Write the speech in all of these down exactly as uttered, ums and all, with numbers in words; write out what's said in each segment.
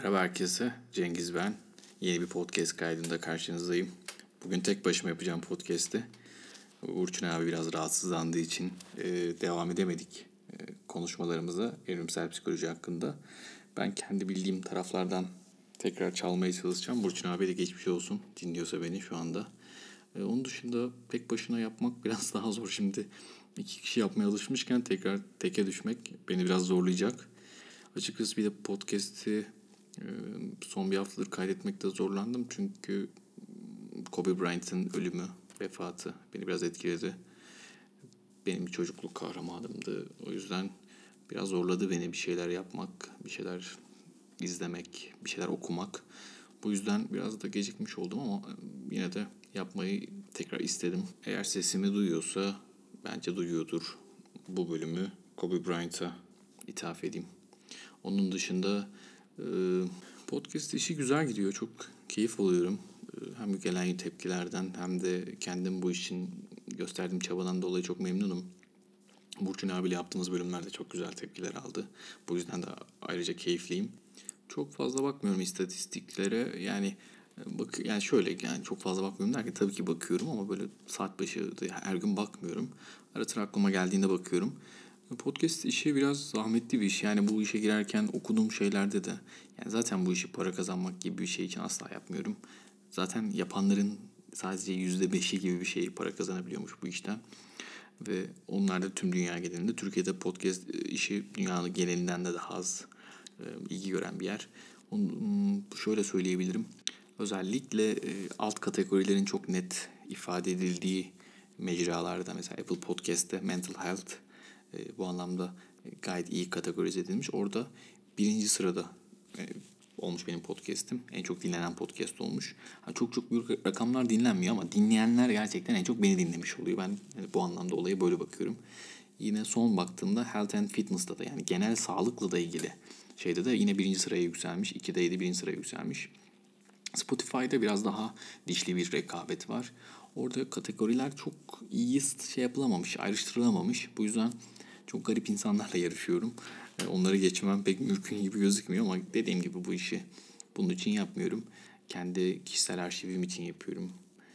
Merhaba herkese, Cengiz ben. Yeni bir podcast kaydında karşınızdayım. Bugün tek başıma yapacağım podcast'i. Burçin abi biraz rahatsızlandığı için e, devam edemedik e, konuşmalarımıza evrimsel psikoloji hakkında. Ben kendi bildiğim taraflardan tekrar çalmaya çalışacağım. Burçin abi de geçmiş olsun, dinliyorsa beni şu anda. E, onun dışında tek başına yapmak biraz daha zor. Şimdi iki kişi yapmaya alışmışken tekrar teke düşmek beni biraz zorlayacak. Açıkçası bir de podcast'i son bir haftadır kaydetmekte zorlandım. Çünkü Kobe Bryant'ın ölümü, vefatı beni biraz etkiledi. Benim çocukluk kahramanımdı. O yüzden biraz zorladı beni bir şeyler yapmak, bir şeyler izlemek, bir şeyler okumak. Bu yüzden biraz da gecikmiş oldum ama yine de yapmayı tekrar istedim. Eğer sesimi duyuyorsa bence duyuyordur. Bu bölümü Kobe Bryant'a ithaf edeyim. Onun dışında e, podcast işi güzel gidiyor. Çok keyif alıyorum. E, hem gelen tepkilerden hem de kendim bu işin gösterdiğim çabadan dolayı çok memnunum. Burçin abiyle yaptığımız bölümlerde çok güzel tepkiler aldı. Bu yüzden de ayrıca keyifliyim. Çok fazla bakmıyorum istatistiklere. Yani bak yani şöyle yani çok fazla bakmıyorum derken tabii ki bakıyorum ama böyle saat başı her gün bakmıyorum. Ara sıra aklıma geldiğinde bakıyorum. Podcast işi biraz zahmetli bir iş. Yani bu işe girerken okuduğum şeylerde de yani zaten bu işi para kazanmak gibi bir şey için asla yapmıyorum. Zaten yapanların sadece yüzde beşi gibi bir şey para kazanabiliyormuş bu işten. Ve onlar da tüm dünya genelinde. Türkiye'de podcast işi dünyanın genelinden de daha az e, ilgi gören bir yer. Onu, şöyle söyleyebilirim. Özellikle e, alt kategorilerin çok net ifade edildiği mecralarda mesela Apple Podcast'te Mental Health e, bu anlamda gayet iyi kategorize edilmiş. Orada birinci sırada e, olmuş benim podcast'im. En çok dinlenen podcast olmuş. Ha, çok çok büyük rakamlar dinlenmiyor ama dinleyenler gerçekten en çok beni dinlemiş oluyor. Ben yani bu anlamda olaya böyle bakıyorum. Yine son baktığımda Health and Fitness'ta da yani genel sağlıkla da ilgili şeyde de yine birinci sıraya yükselmiş. ikideydi birinci sıraya yükselmiş. Spotify'da biraz daha dişli bir rekabet var. Orada kategoriler çok iyi şey yapılamamış, ayrıştırılamamış. Bu yüzden çok garip insanlarla yarışıyorum. Onları geçmem pek mümkün gibi gözükmüyor ama dediğim gibi bu işi bunun için yapmıyorum. Kendi kişisel arşivim için yapıyorum.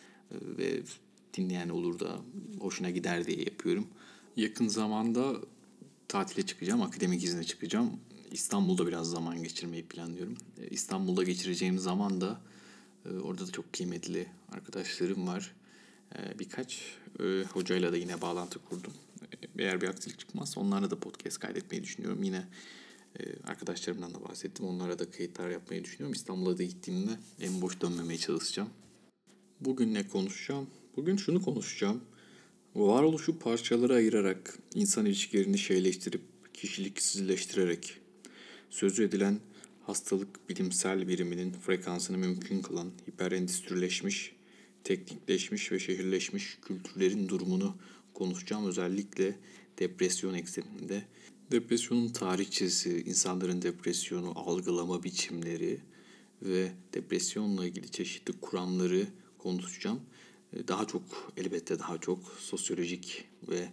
Ve dinleyen olur da hoşuna gider diye yapıyorum. Yakın zamanda tatile çıkacağım, akademik izne çıkacağım. İstanbul'da biraz zaman geçirmeyi planlıyorum. İstanbul'da geçireceğim zaman da orada da çok kıymetli arkadaşlarım var. Birkaç hocayla da yine bağlantı kurdum. Eğer bir aksilik çıkmazsa onlarla da podcast kaydetmeyi düşünüyorum. Yine arkadaşlarımdan da bahsettim. Onlara da kayıtlar yapmayı düşünüyorum. İstanbul'a da gittiğimde en boş dönmemeye çalışacağım. Bugün ne konuşacağım? Bugün şunu konuşacağım. Varoluşu parçalara ayırarak, insan ilişkilerini şeyleştirip, kişiliksizleştirerek, sözü edilen hastalık bilimsel biriminin frekansını mümkün kılan hiperendüstrileşmiş, teknikleşmiş ve şehirleşmiş kültürlerin durumunu konuşacağım. Özellikle depresyon ekseninde. Depresyonun tarihçesi, insanların depresyonu algılama biçimleri ve depresyonla ilgili çeşitli kuramları konuşacağım. Daha çok, elbette daha çok sosyolojik ve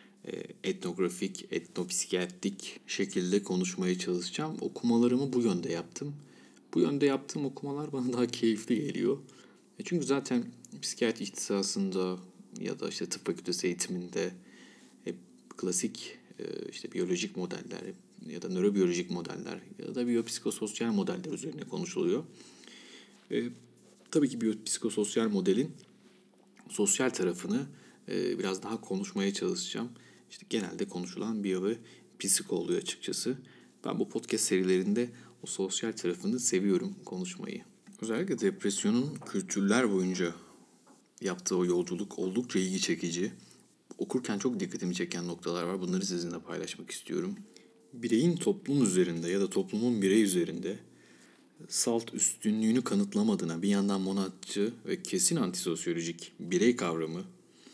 etnografik, etnopsikiyatrik şekilde konuşmaya çalışacağım. Okumalarımı bu yönde yaptım. Bu yönde yaptığım okumalar bana daha keyifli geliyor. Çünkü zaten psikiyatri ihtisasında ya da işte tıp fakültesi eğitiminde hep klasik işte biyolojik modeller ya da nörobiyolojik modeller ya da biyopsikososyal modeller üzerine konuşuluyor. E, tabii ki biyopsikososyal modelin sosyal tarafını e, biraz daha konuşmaya çalışacağım. İşte genelde konuşulan biyo ve psiko oluyor açıkçası. Ben bu podcast serilerinde o sosyal tarafını seviyorum konuşmayı. Özellikle depresyonun kültürler boyunca yaptığı o yolculuk oldukça ilgi çekici. Okurken çok dikkatimi çeken noktalar var. Bunları sizinle paylaşmak istiyorum. Bireyin toplum üzerinde ya da toplumun birey üzerinde salt üstünlüğünü kanıtlamadığına bir yandan monatçı ve kesin antisosyolojik birey kavramı,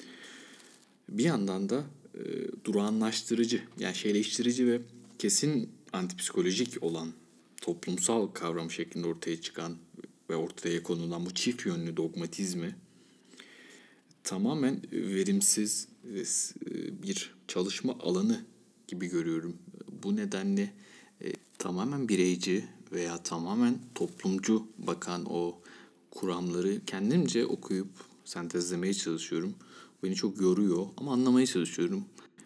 bir yandan da e, durağanlaştırıcı yani şeyleştirici ve kesin antipsikolojik olan toplumsal kavram şeklinde ortaya çıkan ve ortaya konulan bu çift yönlü dogmatizmi tamamen verimsiz bir çalışma alanı gibi görüyorum. Bu nedenle e, tamamen bireyci veya tamamen toplumcu bakan o kuramları kendimce okuyup sentezlemeye çalışıyorum. Beni çok yoruyor ama anlamaya çalışıyorum.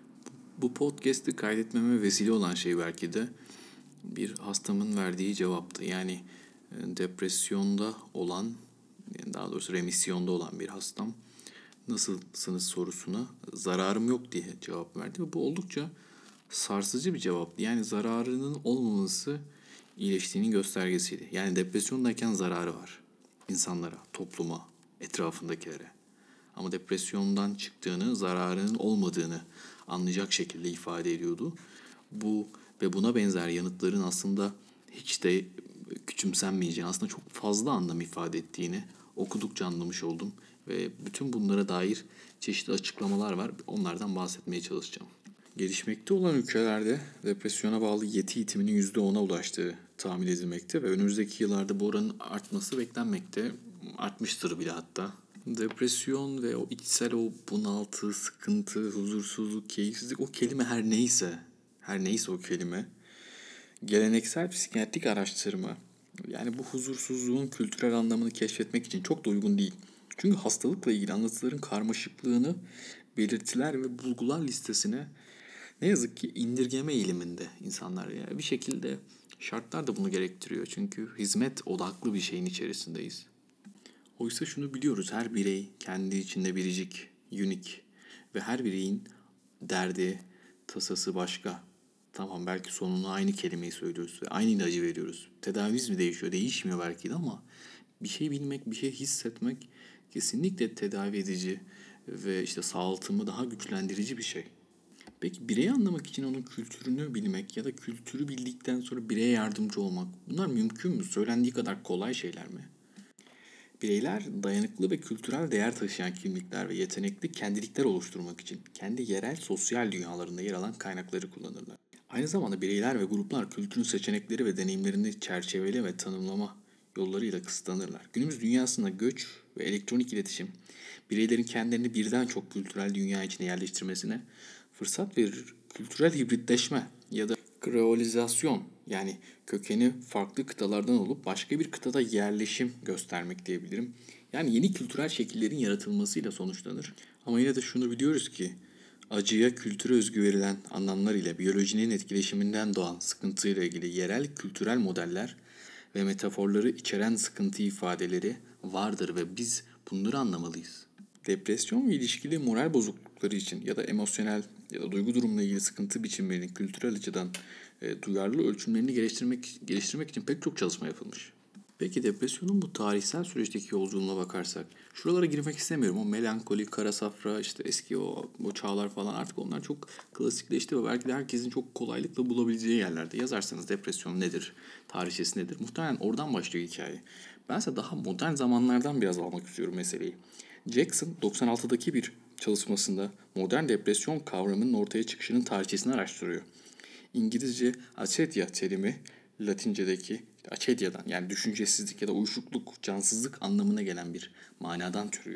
Bu podcast'i kaydetmeme vesile olan şey belki de bir hastamın verdiği cevaptı. Yani e, depresyonda olan, yani daha doğrusu remisyonda olan bir hastam nasılsınız sorusuna zararım yok diye cevap verdi. Ve bu oldukça sarsıcı bir cevaptı. Yani zararının olmaması iyileştiğinin göstergesiydi. Yani depresyondayken zararı var insanlara, topluma, etrafındakilere. Ama depresyondan çıktığını, zararının olmadığını anlayacak şekilde ifade ediyordu. Bu ve buna benzer yanıtların aslında hiç de küçümsenmeyeceğini, aslında çok fazla anlam ifade ettiğini okudukça anlamış oldum. Ve bütün bunlara dair çeşitli açıklamalar var. Onlardan bahsetmeye çalışacağım. Gelişmekte olan ülkelerde depresyona bağlı yeti eğitiminin yüzde ona ulaştığı tahmin edilmekte ve önümüzdeki yıllarda bu oranın artması beklenmekte. Artmıştır bile hatta. Depresyon ve o içsel o bunaltı, sıkıntı, huzursuzluk, keyifsizlik, o kelime her neyse, her neyse o kelime, geleneksel psikiyatrik araştırma, yani bu huzursuzluğun kültürel anlamını keşfetmek için çok da uygun değil. Çünkü hastalıkla ilgili anlatıların karmaşıklığını belirtiler ve bulgular listesine ne yazık ki indirgeme eğiliminde insanlar. Yani bir şekilde şartlar da bunu gerektiriyor. Çünkü hizmet odaklı bir şeyin içerisindeyiz. Oysa şunu biliyoruz, her birey kendi içinde biricik, unik ve her bireyin derdi, tasası başka. Tamam, belki sonuna aynı kelimeyi söylüyoruz ve aynı ilacı veriyoruz. Tedavimiz mi değişiyor? Değişmiyor belki de ama bir şey bilmek, bir şey hissetmek kesinlikle tedavi edici ve işte sağaltımı daha güçlendirici bir şey. Peki bireyi anlamak için onun kültürünü bilmek ya da kültürü bildikten sonra bireye yardımcı olmak, bunlar mümkün mü? Söylendiği kadar kolay şeyler mi? Bireyler dayanıklı ve kültürel değer taşıyan kimlikler ve yetenekli kendilikler oluşturmak için kendi yerel sosyal dünyalarında yer alan kaynakları kullanırlar. Aynı zamanda bireyler ve gruplar kültürün seçenekleri ve deneyimlerini çerçevele ve tanımlama yollarıyla kısıtlanırlar. Günümüz dünyasında göç ve elektronik iletişim bireylerin kendilerini birden çok kültürel dünya içine yerleştirmesine fırsat verir. Kültürel hibritleşme ya da kreolizasyon, yani kökeni farklı kıtalardan olup başka bir kıtada yerleşim göstermek diyebilirim. Yani yeni kültürel şekillerin yaratılmasıyla sonuçlanır. Ama yine de şunu biliyoruz ki acıya kültüre özgü verilen anlamlar ile biyolojinin etkileşiminden doğan sıkıntıyla ilgili yerel kültürel modeller ve metaforları içeren sıkıntı ifadeleri vardır ve biz bunları anlamalıyız. Depresyon ve ilişkili moral bozuklukları için ya da emosyonel ya da duygu durumuna ilgili sıkıntı biçimlerinin kültürel açıdan e, duyarlı ölçümlerini geliştirmek geliştirmek için pek çok çalışma yapılmış. Peki depresyonun bu tarihsel süreçteki yolculuğuna bakarsak, şuralara girmek istemiyorum. O melankoli, kara safra, işte eski o, o çağlar falan, artık onlar çok klasikleşti ve belki de herkesin çok kolaylıkla bulabileceği yerlerde. Yazarsanız depresyon nedir, tarihçesi nedir? Muhtemelen oradan başlıyor hikaye. Bense daha modern zamanlardan biraz almak istiyorum meseleyi. Jackson doksan altıdaki bir çalışmasında modern depresyon kavramının ortaya çıkışının tarihçesini araştırıyor. İngilizce acedia terimi Latince'deki acedia'dan, yani düşüncesizlik ya da uyuşukluk, cansızlık anlamına gelen bir manadan türüyor.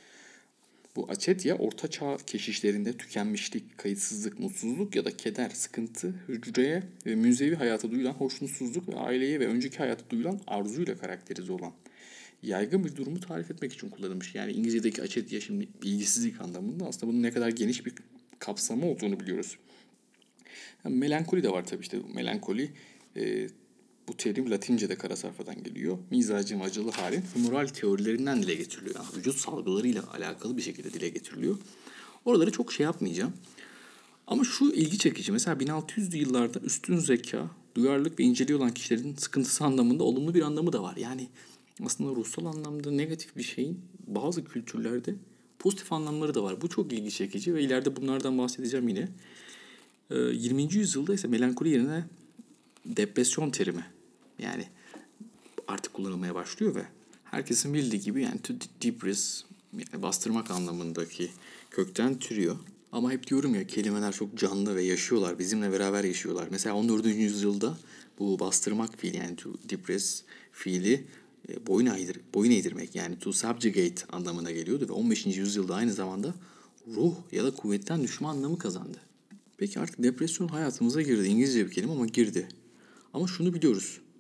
Bu acedia orta çağ keşişlerinde tükenmişlik, kayıtsızlık, mutsuzluk ya da keder, sıkıntı, hücreye ve münzevi hayata duyulan hoşnutsuzluk ve aileye ve önceki hayata duyulan arzuyla karakterize olan yaygın bir durumu tarif etmek için kullanılmış. Yani İngilizce'deki acedia şimdi ilgisizlik anlamında, aslında bunun ne kadar geniş bir kapsamı olduğunu biliyoruz. Yani melankoli de var tabii, işte melankoli e, bu terim Latince'de kara sayfadan geliyor. Mizacın acılı halin moral teorilerinden dile getiriliyor. Yani vücut salgılarıyla alakalı bir şekilde dile getiriliyor. Oraları çok şey yapmayacağım. Ama şu ilgi çekici. Mesela bin altı yüzlü yıllarda üstün zeka, duyarlılık ve inceliği olan kişilerin sıkıntısı anlamında olumlu bir anlamı da var. Yani aslında ruhsal anlamda negatif bir şeyin bazı kültürlerde pozitif anlamları da var. Bu çok ilgi çekici ve ileride bunlardan bahsedeceğim yine. yirminci yüzyılda ise melankoli yerine depresyon terimi, yani artık kullanılmaya başlıyor ve herkesin bildiği gibi yani to depress, yani bastırmak anlamındaki kökten türüyor. Ama hep diyorum ya, kelimeler çok canlı ve yaşıyorlar. Bizimle beraber yaşıyorlar. Mesela on dördüncü yüzyılda bu bastırmak fiili, yani to depress fiili e, boyun, eğdir, boyun eğdirmek, yani to subjugate anlamına geliyordu. Ve on beşinci yüzyılda aynı zamanda ruh ya da kuvvetten düşme anlamı kazandı. Peki artık depresyon hayatımıza girdi. İngilizce bir kelime ama girdi. Ama şunu biliyoruz.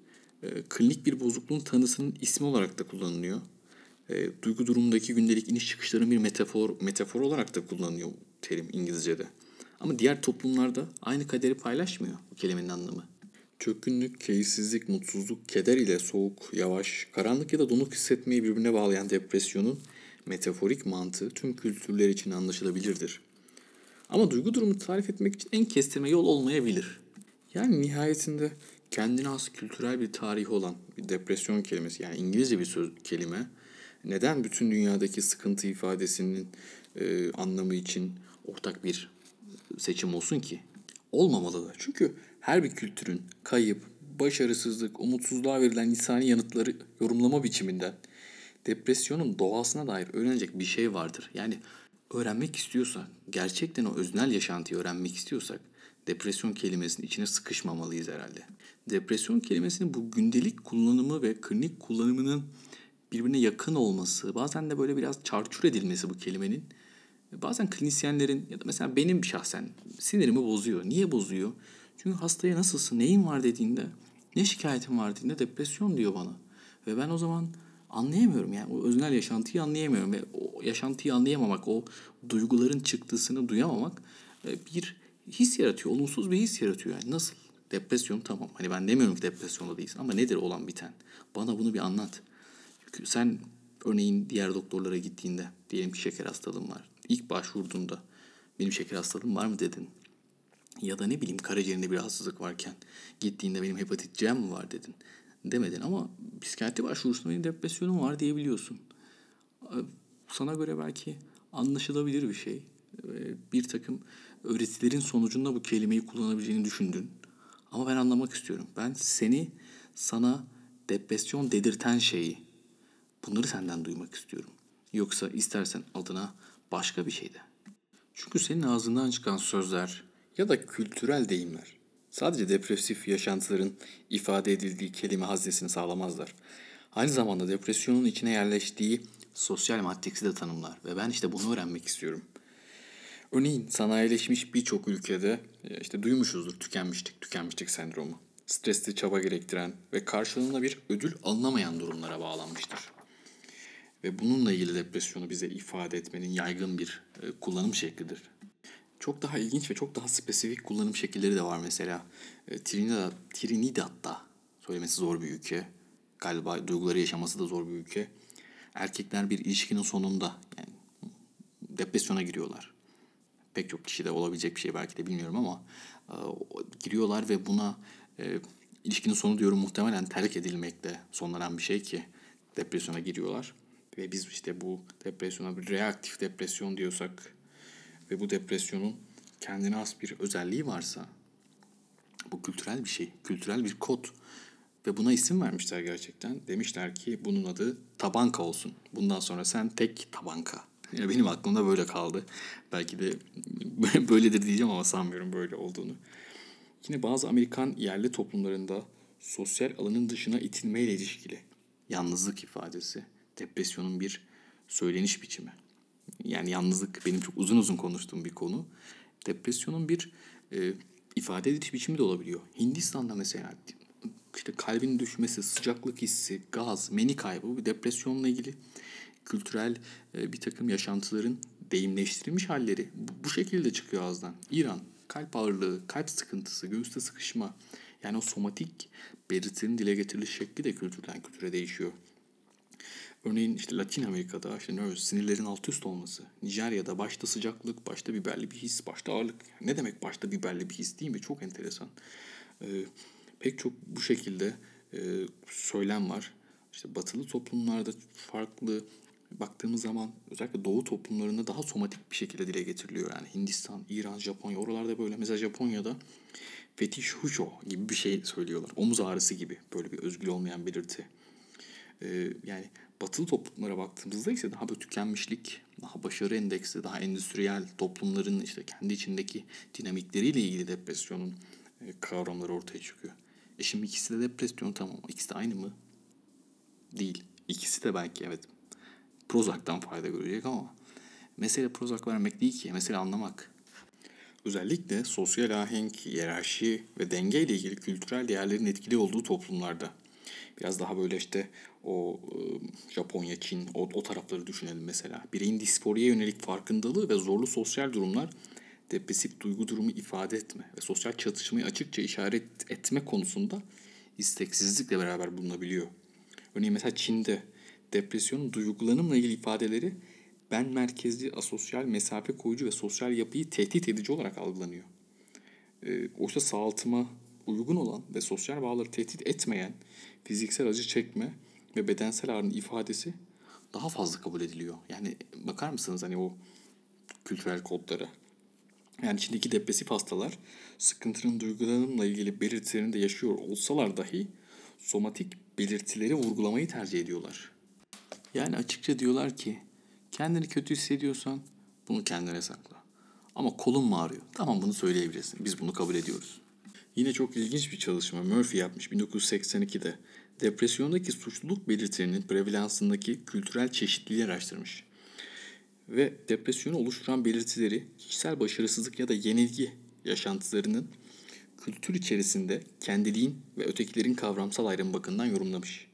E, klinik bir bozukluğun tanısının ismi olarak da kullanılıyor. E, duygu durumundaki gündelik iniş çıkışların bir metafor metafor olarak da kullanılıyor bu terim İngilizce'de. Ama diğer toplumlarda aynı kaderi paylaşmıyor bu kelimenin anlamı. Çökkünlük, keyifsizlik, mutsuzluk, keder ile soğuk, yavaş, karanlık ya da donuk hissetmeyi birbirine bağlayan depresyonun metaforik mantığı tüm kültürler için anlaşılabilirdir. Ama duygu durumunu tarif etmek için en kestirme yol olmayabilir. Yani nihayetinde kendine has kültürel bir tarihi olan bir depresyon kelimesi, yani İngilizce bir söz kelime, neden bütün dünyadaki sıkıntı ifadesinin e, anlamı için ortak bir seçim olsun ki? Olmamalı da. Çünkü her bir kültürün kayıp, başarısızlık, umutsuzluğa verilen insani yanıtları yorumlama biçiminden depresyonun doğasına dair öğrenecek bir şey vardır. Yani öğrenmek istiyorsak, gerçekten o öznel yaşantıyı öğrenmek istiyorsak depresyon kelimesinin içine sıkışmamalıyız herhalde. Depresyon kelimesinin bu gündelik kullanımı ve klinik kullanımının birbirine yakın olması, bazen de böyle biraz çarçur edilmesi bu kelimenin, bazen klinisyenlerin ya da mesela benim şahsen sinirimi bozuyor. Niye bozuyor? Çünkü hastaya nasılsın, neyin var dediğinde, ne şikayetin var dediğinde depresyon diyor bana. Ve ben o zaman anlayamıyorum, yani o öznel yaşantıyı anlayamıyorum ve o yaşantıyı anlayamamak, o duyguların çıktısını duyamamak bir his yaratıyor, olumsuz bir his yaratıyor. Yani nasıl? Depresyon, tamam. Hani ben demiyorum ki depresyonda değilsin ama nedir olan biten? Bana bunu bir anlat. Çünkü sen örneğin diğer doktorlara gittiğinde, diyelim ki şeker hastalığın var. İlk başvurduğunda benim şeker hastalığım var mı dedin. Ya da ne bileyim karaciğerinde bir rahatsızlık varken gittiğinde benim hepatit C mi var dedin. Demedin ama psikiyatri başvurusunda benim depresyonum var diyebiliyorsun. Sana göre belki anlaşılabilir bir şey. Bir takım öğretilerin sonucunda bu kelimeyi kullanabileceğini düşündün. Ama ben anlamak istiyorum. Ben seni, sana depresyon dedirten şeyi, bunları senden duymak istiyorum. Yoksa istersen adına başka bir şey de. Çünkü senin ağzından çıkan sözler ya da kültürel deyimler sadece depresif yaşantıların ifade edildiği kelime haznesini sağlamazlar. Aynı zamanda depresyonun içine yerleştiği sosyal matriksi de tanımlar ve ben işte bunu öğrenmek istiyorum. Örneğin sanayileşmiş birçok ülkede e, işte duymuşuzdur tükenmişlik, tükenmişlik sendromu. Stresli çaba gerektiren ve karşılığında bir ödül alınamayan durumlara bağlanmıştır. Ve bununla ilgili depresyonu bize ifade etmenin yaygın bir e, kullanım şeklidir. Çok daha ilginç ve çok daha spesifik kullanım şekilleri de var mesela. E, Trinidad, Trinidad'da söylemesi zor bir ülke. Galiba duyguları yaşaması da zor bir ülke. Erkekler bir ilişkinin sonunda yani depresyona giriyorlar. Pek çok kişide olabilecek bir şey belki de bilmiyorum ama e, giriyorlar ve buna e, ilişkinin sonu diyorum muhtemelen terk edilmekle sonlanan bir şey ki depresyona giriyorlar. Ve biz işte bu depresyona bir reaktif depresyon diyorsak ve bu depresyonun kendine has bir özelliği varsa bu kültürel bir şey, kültürel bir kod ve buna isim vermişler gerçekten. Demişler ki bunun adı tabanka olsun. Bundan sonra sen tek tabanka. Ya benim aklımda böyle kaldı. Belki de böyledir diyeceğim ama sanmıyorum böyle olduğunu. Yine bazı Amerikan yerli toplumlarında sosyal alanın dışına itilmeyle ilişkili yalnızlık ifadesi, depresyonun bir söyleniş biçimi. Yani yalnızlık benim çok uzun uzun konuştuğum bir konu. Depresyonun bir e, ifade ediliş biçimi de olabiliyor. Hindistan'da mesela işte kalbin düşmesi, sıcaklık hissi, gaz, meni kaybı bu depresyonla ilgili kültürel e, bir takım yaşantıların deyimleştirilmiş halleri bu, bu şekilde çıkıyor ağızdan. İran, kalp ağırlığı, kalp sıkıntısı, göğüste sıkışma. Yani o somatik belirtilerin dile getiriliş şekli de kültürden kültüre değişiyor. Örneğin işte Latin Amerika'da işte nervous, sinirlerin alt üst olması. Nijerya'da başta sıcaklık, başta biberli bir his, başta ağırlık. Ne demek başta biberli bir his değil mi? Çok enteresan. Ee, pek çok bu şekilde e, söylem var. İşte batılı toplumlarda farklı baktığımız zaman özellikle doğu toplumlarında daha somatik bir şekilde dile getiriliyor. Yani Hindistan, İran, Japonya oralarda böyle. Mesela Japonya'da fetiş husho gibi bir şey söylüyorlar. Omuz ağrısı gibi böyle bir özgül olmayan belirti. Ee, yani batılı toplumlara baktığımızda ise daha böyle tükenmişlik, daha başarı endeksi, daha endüstriyel toplumların işte kendi içindeki dinamikleriyle ilgili depresyonun e, kavramları ortaya çıkıyor. E şimdi ikisi de depresyon, tamam. İkisi de aynı mı? Değil. İkisi de belki evet Prozac'tan fayda görecek ama mesele Prozac vermek değil ki, mesele anlamak. Özellikle sosyal ahenk, hiyerarşi ve denge ile ilgili kültürel değerlerin etkili olduğu toplumlarda Biraz daha böyle işte o e, Japonya, Çin o, o tarafları düşünelim mesela. Bireyin disforiye yönelik farkındalığı ve zorlu sosyal durumlar depresif duygu durumu ifade etme ve sosyal çatışmayı açıkça işaret etme konusunda isteksizlikle beraber bulunabiliyor. Örneğin mesela Çin'de depresyonun duygulanımla ilgili ifadeleri ben merkezli, asosyal, mesafe koyucu ve sosyal yapıyı tehdit edici olarak algılanıyor. E, oysa sağaltıma uygun olan ve sosyal bağları tehdit etmeyen fiziksel acı çekme ve bedensel ağrının ifadesi daha fazla kabul ediliyor. Yani bakar mısınız hani o kültürel kodlara? Yani içindeki depresif hastalar sıkıntının duygulanımla ilgili belirtilerini de yaşıyor olsalar dahi somatik belirtileri vurgulamayı tercih ediyorlar. Yani açıkça diyorlar ki kendini kötü hissediyorsan bunu kendine sakla. Ama kolun mu ağrıyor? Tamam, bunu söyleyebilirsin. Biz bunu kabul ediyoruz. Yine çok ilginç bir çalışma Murphy yapmış bin dokuz yüz seksen ikide. Depresyondaki suçluluk belirtilerinin prevalansındaki kültürel çeşitliliği araştırmış. Ve depresyonu oluşturan belirtileri kişisel başarısızlık ya da yenilgi yaşantılarının kültür içerisinde kendiliğin ve ötekilerin kavramsal ayrım bakımından yorumlamış.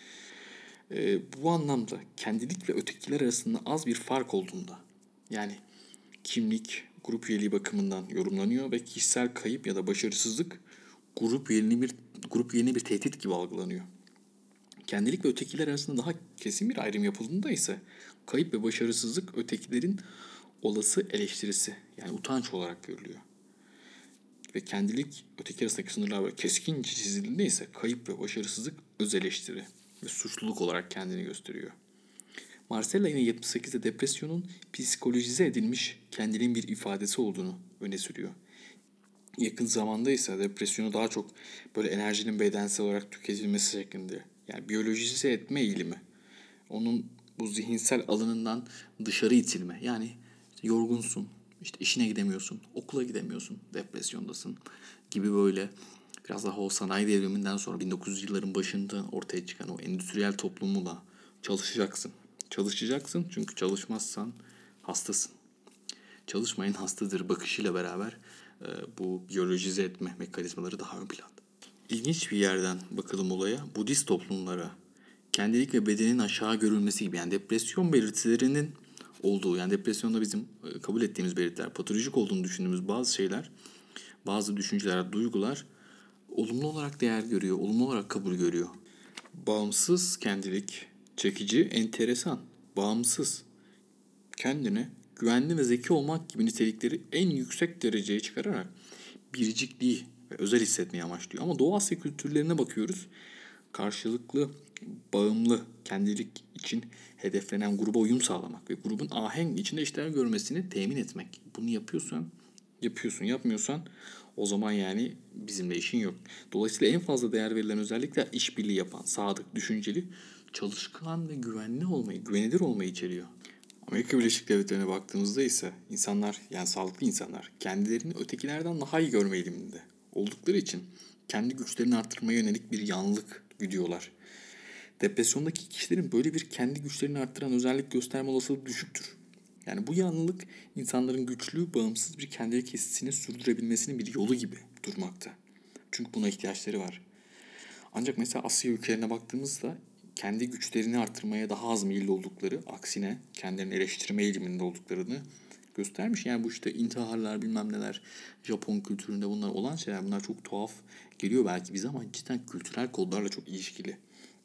Ee, bu anlamda kendilik ve ötekiler arasında az bir fark olduğunda, yani kimlik, grup üyeliği bakımından yorumlanıyor ve kişisel kayıp ya da başarısızlık grup üyeliğine bir grup üyeliğine bir tehdit gibi algılanıyor. Kendilik ve ötekiler arasında daha kesin bir ayrım yapıldığında ise kayıp ve başarısızlık ötekilerin olası eleştirisi, yani utanç olarak görülüyor. Ve kendilik öteki arasındaki sınırlar böyle keskin çizildiğinde ise kayıp ve başarısızlık öz eleştiri ve suçluluk olarak kendini gösteriyor. Marcella yine yetmiş sekizde depresyonun psikolojize edilmiş kendiliğin bir ifadesi olduğunu öne sürüyor. Yakın zamanda ise depresyonu daha çok böyle enerjinin bedensel olarak tüketilmesi şeklinde, yani biyolojize etme eğilimi. Onun bu zihinsel alanından dışarı itilme. Yani işte yorgunsun, işte işine gidemiyorsun, okula gidemiyorsun, depresyondasın gibi böyle biraz daha o sanayi devriminden sonra bin dokuz yüz yılların başında ortaya çıkan o endüstriyel toplumuyla çalışacaksın. Çalışacaksın çünkü çalışmazsan hastasın. Çalışmayın hastadır bakışıyla beraber e, bu biyolojize etme mekanizmaları daha ön planda. İlginç bir yerden bakalım olaya. Budist toplumlara kendilik ve bedenin aşağı görülmesi gibi, yani depresyon belirtilerinin olduğu, yani depresyonda bizim e, kabul ettiğimiz belirtiler, patolojik olduğunu düşündüğümüz bazı şeyler, bazı düşünceler, duygular olumlu olarak değer görüyor, olumlu olarak kabul görüyor. Bağımsız kendilik, çekici, enteresan, bağımsız, kendine güvenli ve zeki olmak gibi nitelikleri en yüksek dereceye çıkararak biricikliği ve özel hissetmeyi amaçlıyor. Ama Doğu Asya kültürlerine bakıyoruz. Karşılıklı, bağımlı, kendilik için hedeflenen gruba uyum sağlamak ve grubun ahenk içinde işler görmesini temin etmek. Bunu yapıyorsan, yapıyorsun. Yapmıyorsan o zaman yani bizimle işin yok. Dolayısıyla en fazla değer verilen özellikler işbirliği yapan, sadık, düşünceli, çalışkan ve güvenli olmayı, güvenilir olmayı içeriyor. Amerika Birleşik Devletleri'ne baktığımızda ise insanlar, yani sağlıklı insanlar kendilerini ötekilerden daha iyi görme eğiliminde oldukları için kendi güçlerini arttırmaya yönelik bir yanlılık güdüyorlar. Depresyondaki kişilerin böyle bir kendi güçlerini arttıran özellik gösterme olasılığı düşüktür. Yani bu yanlılık insanların güçlü, bağımsız bir kendilik hissini sürdürebilmesinin bir yolu gibi durmakta. Çünkü buna ihtiyaçları var. Ancak mesela Asya ülkelerine baktığımızda kendi güçlerini artırmaya daha az meyilli oldukları, aksine kendilerini eleştirme eğiliminde olduklarını göstermiş. Yani bu işte intiharlar bilmem neler, Japon kültüründe bunlar olan şeyler, bunlar çok tuhaf geliyor belki bize ama cidden kültürel kodlarla çok ilişkili.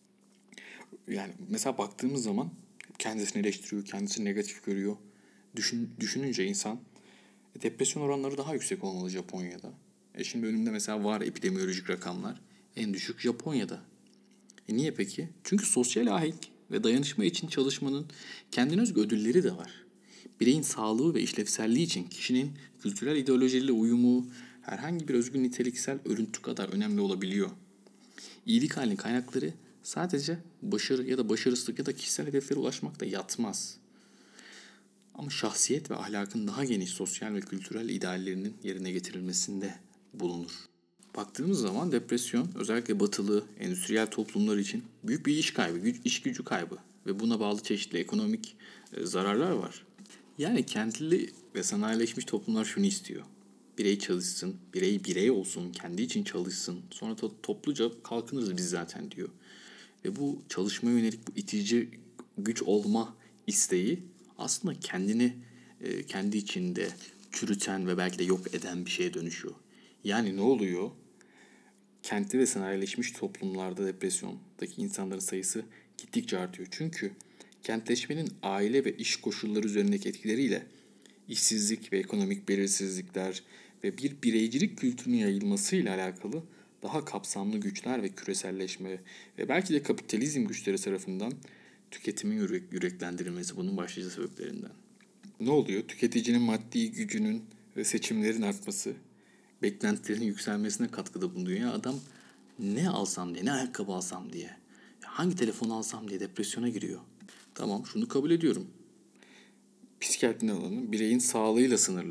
Yani mesela baktığımız zaman kendisini eleştiriyor, kendisini negatif görüyor. Düşün, düşününce insan e, depresyon oranları daha yüksek olmalı Japonya'da. E şimdi önümde mesela var epidemiolojik rakamlar. En düşük Japonya'da. E niye peki? Çünkü sosyal ahenk ve dayanışma için çalışmanın kendine özgü ödülleri de var. Bireyin sağlığı ve işlevselliği için kişinin kültürel ideolojiyle uyumu herhangi bir özgün niteliksel örüntü kadar önemli olabiliyor. İyilik halinin kaynakları sadece başarı ya da başarısızlık ya da kişisel hedeflere ulaşmakta yatmaz. Ama şahsiyet ve ahlakın daha geniş sosyal ve kültürel ideallerinin yerine getirilmesinde bulunur. Baktığımız zaman depresyon özellikle batılı, endüstriyel toplumlar için büyük bir iş kaybı, güç, iş gücü kaybı ve buna bağlı çeşitli ekonomik e, zararlar var. Yani kentli ve sanayileşmiş toplumlar şunu istiyor. Birey çalışsın, birey birey olsun, kendi için çalışsın. Sonra da topluca kalkınırız biz zaten diyor. Ve bu çalışmaya yönelik bu itici güç olma isteği aslında kendini e, kendi içinde çürüten ve belki de yok eden bir şeye dönüşüyor. Yani ne oluyor? Kentli ve sanayileşmiş toplumlarda depresyondaki insanların sayısı gittikçe artıyor. Çünkü kentleşmenin aile ve iş koşulları üzerindeki etkileriyle işsizlik ve ekonomik belirsizlikler ve bir bireycilik kültürünün yayılmasıyla alakalı daha kapsamlı güçler ve küreselleşme ve belki de kapitalizm güçleri tarafından tüketimin yürek, yüreklendirilmesi bunun başlıca sebeplerinden. Ne oluyor? Tüketicinin maddi gücünün ve seçimlerin artması, beklentilerin yükselmesine katkıda bulunuyor. Ya adam ne alsam diye, ne ayakkabı alsam diye, hangi telefonu alsam diye depresyona giriyor. Tamam, şunu kabul ediyorum. Psikiyatrinin alanı bireyin sağlığıyla sınırlı.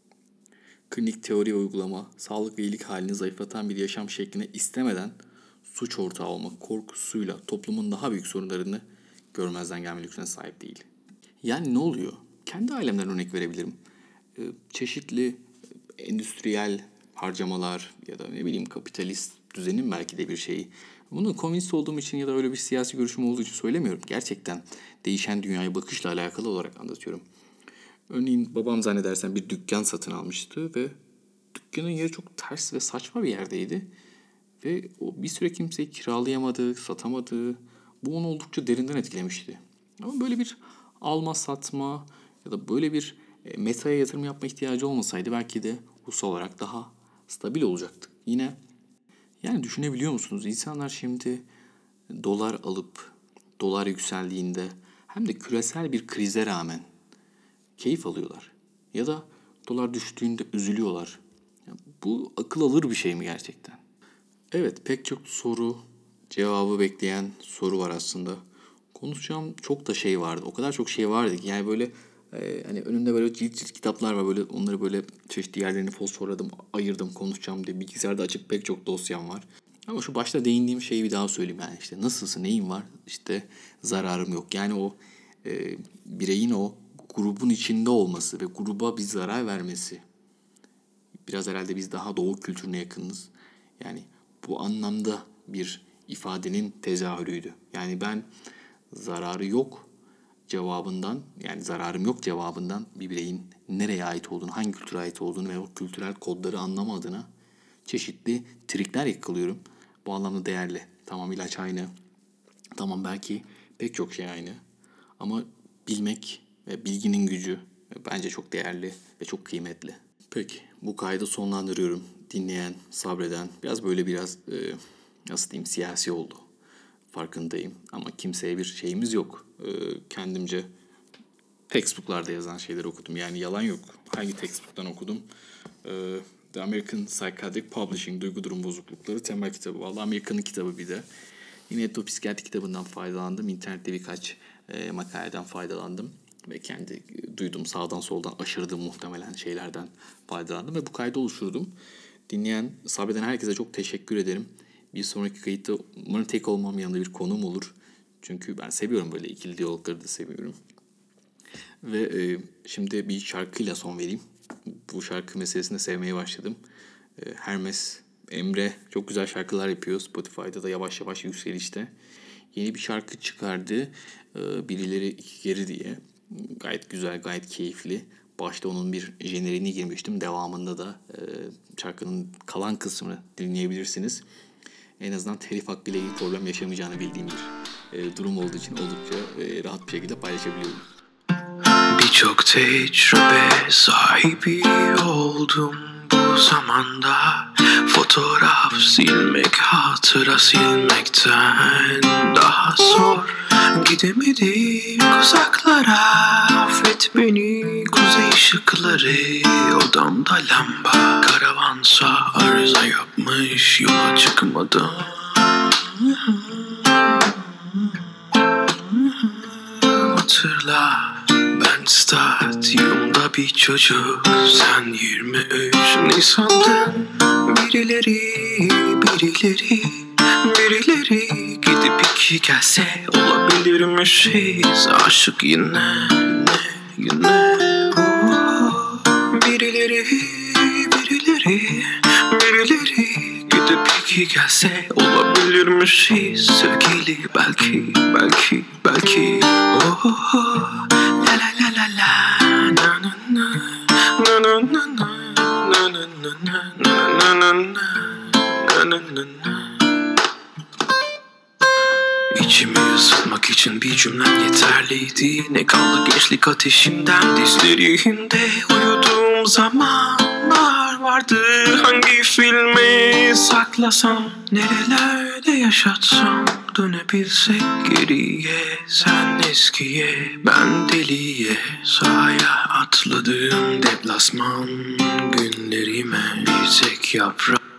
Klinik teori ve uygulama, sağlık ve iyilik halini zayıflatan bir yaşam şekline istemeden suç ortağı olmak korkusuyla toplumun daha büyük sorunlarını görmezden gelme lüksüne sahip değil. Yani ne oluyor? Kendi ailemden örnek verebilirim. Ee, çeşitli endüstriyel harcamalar ya da ne bileyim kapitalist düzenin belki de bir şeyi. Bunu komünist olduğum için ya da öyle bir siyasi görüşüm olduğu için söylemiyorum. Gerçekten değişen dünyaya bakışla alakalı olarak anlatıyorum. Örneğin babam zannedersen bir dükkan satın almıştı ve dükkanın yeri çok ters ve saçma bir yerdeydi. Ve o bir süre kimseyi kiralayamadı, satamadı. Bu onu oldukça derinden etkilemişti. Ama böyle bir alma satma ya da böyle bir metaya yatırım yapma ihtiyacı olmasaydı belki de ulusal olarak daha stabil olacaktık. Yine yani düşünebiliyor musunuz? İnsanlar şimdi dolar alıp dolar yükseldiğinde hem de küresel bir krize rağmen keyif alıyorlar. Ya da dolar düştüğünde üzülüyorlar. Ya bu akıl alır bir şey mi gerçekten? Evet, pek çok soru, cevabı bekleyen soru var aslında. Konuşacağım çok da şey vardı. O kadar çok şey vardı ki yani böyle e, hani önümde böyle cilt cilt kitaplar var. Böyle onları böyle çeşitli yerlerini fosforladım, ayırdım konuşacağım diye. Bilgisayarda açık pek çok dosyam var. Ama şu başta değindiğim şeyi bir daha söyleyeyim yani işte nasılsın, neyin var? İşte zararım yok. Yani o e, bireyin o grubun içinde olması ve gruba bir zarar vermesi. Biraz herhalde biz daha doğu kültürüne yakınız. Yani bu anlamda bir ifadenin tezahürüydü. Yani ben zararı yok cevabından yani zararım yok cevabından bir bireyin nereye ait olduğunu, hangi kültüre ait olduğunu ve o kültürel kodları anlama adına çeşitli trikler yakalıyorum. Bu anlamda değerli. Tamam ilaç aynı. Tamam belki pek çok şey aynı. Ama bilmek ve bilginin gücü bence çok değerli ve çok kıymetli. Peki bu kaydı sonlandırıyorum. Dinleyen, sabreden biraz böyle biraz e, nasıl diyeyim siyasi oldu. Farkındayım ama kimseye bir şeyimiz yok. E, kendimce textbook'larda yazan şeyleri okudum. Yani yalan yok. Hangi textbook'tan okudum? E, The American Psychiatric Publishing, Duygu Durum Bozuklukları temel kitabı. Vallahi Amerika'nın kitabı bir de. Yine etopsikiyatri kitabından faydalandım. İnternette birkaç e, makaleden faydalandım. Ve kendi duyduğum sağdan soldan aşırdığım muhtemelen şeylerden faydalandım. Ve bu kaydı oluşturdum. Dinleyen, sabreden herkese çok teşekkür ederim. Bir sonraki kayıtta umarım tek olmam yanında bir konuğum olur. Çünkü ben seviyorum böyle ikili diyalogları da seviyorum. Ve e, şimdi bir şarkıyla son vereyim. Bu şarkı meselesini sevmeye başladım. E, Hermes Emre çok güzel şarkılar yapıyor. Spotify'da da yavaş yavaş yükselişte. Yeni bir şarkı çıkardı. E, Birileri iki geri diye. Gayet güzel, gayet keyifli. Başta onun bir jeneriğini girmiştim. Devamında da e, şarkının kalan kısmını dinleyebilirsiniz. En azından telif hakkı ile ilgili problem yaşamayacağını bildiğim bir e, durum olduğu için oldukça e, rahat bir şekilde paylaşabiliyorum. Birçok tecrübe sahibi oldum bu zamanda. Fotoğraf silmek hatıra silmekten daha zor. Gidemedim uzaklara, affet beni kuzey ışıkları. Odamda lamba, karavansa arıza yapmış, yola çıkmadım. Hatırla, ben stadyumda bir çocuk, sen yirmi üç. Ne sandın? Birileri, birileri, birileri gidip iki gelse olabilirmişiz. Aşık yine, yine, yine. Oh, birileri, birileri belki gelse olabilirmiş hiç sevgili. Belki, belki, belki. Oh, oh, oh. La la la la la. Na na na. Na na na na. Na na na na. Na na na na. Na na na na. İçimi ısıtmak için bir cümlem yeterliydi. Ne kaldı gençlik ateşinden dizlerinde. Uyuduğum zamanlar vardı. Hangi filmi saklasam, nerelerde yaşatsam, dönebilsek geriye. Sen eskiye, ben deliye. Sahaya atladığım deplasman günlerime bir tek yaprak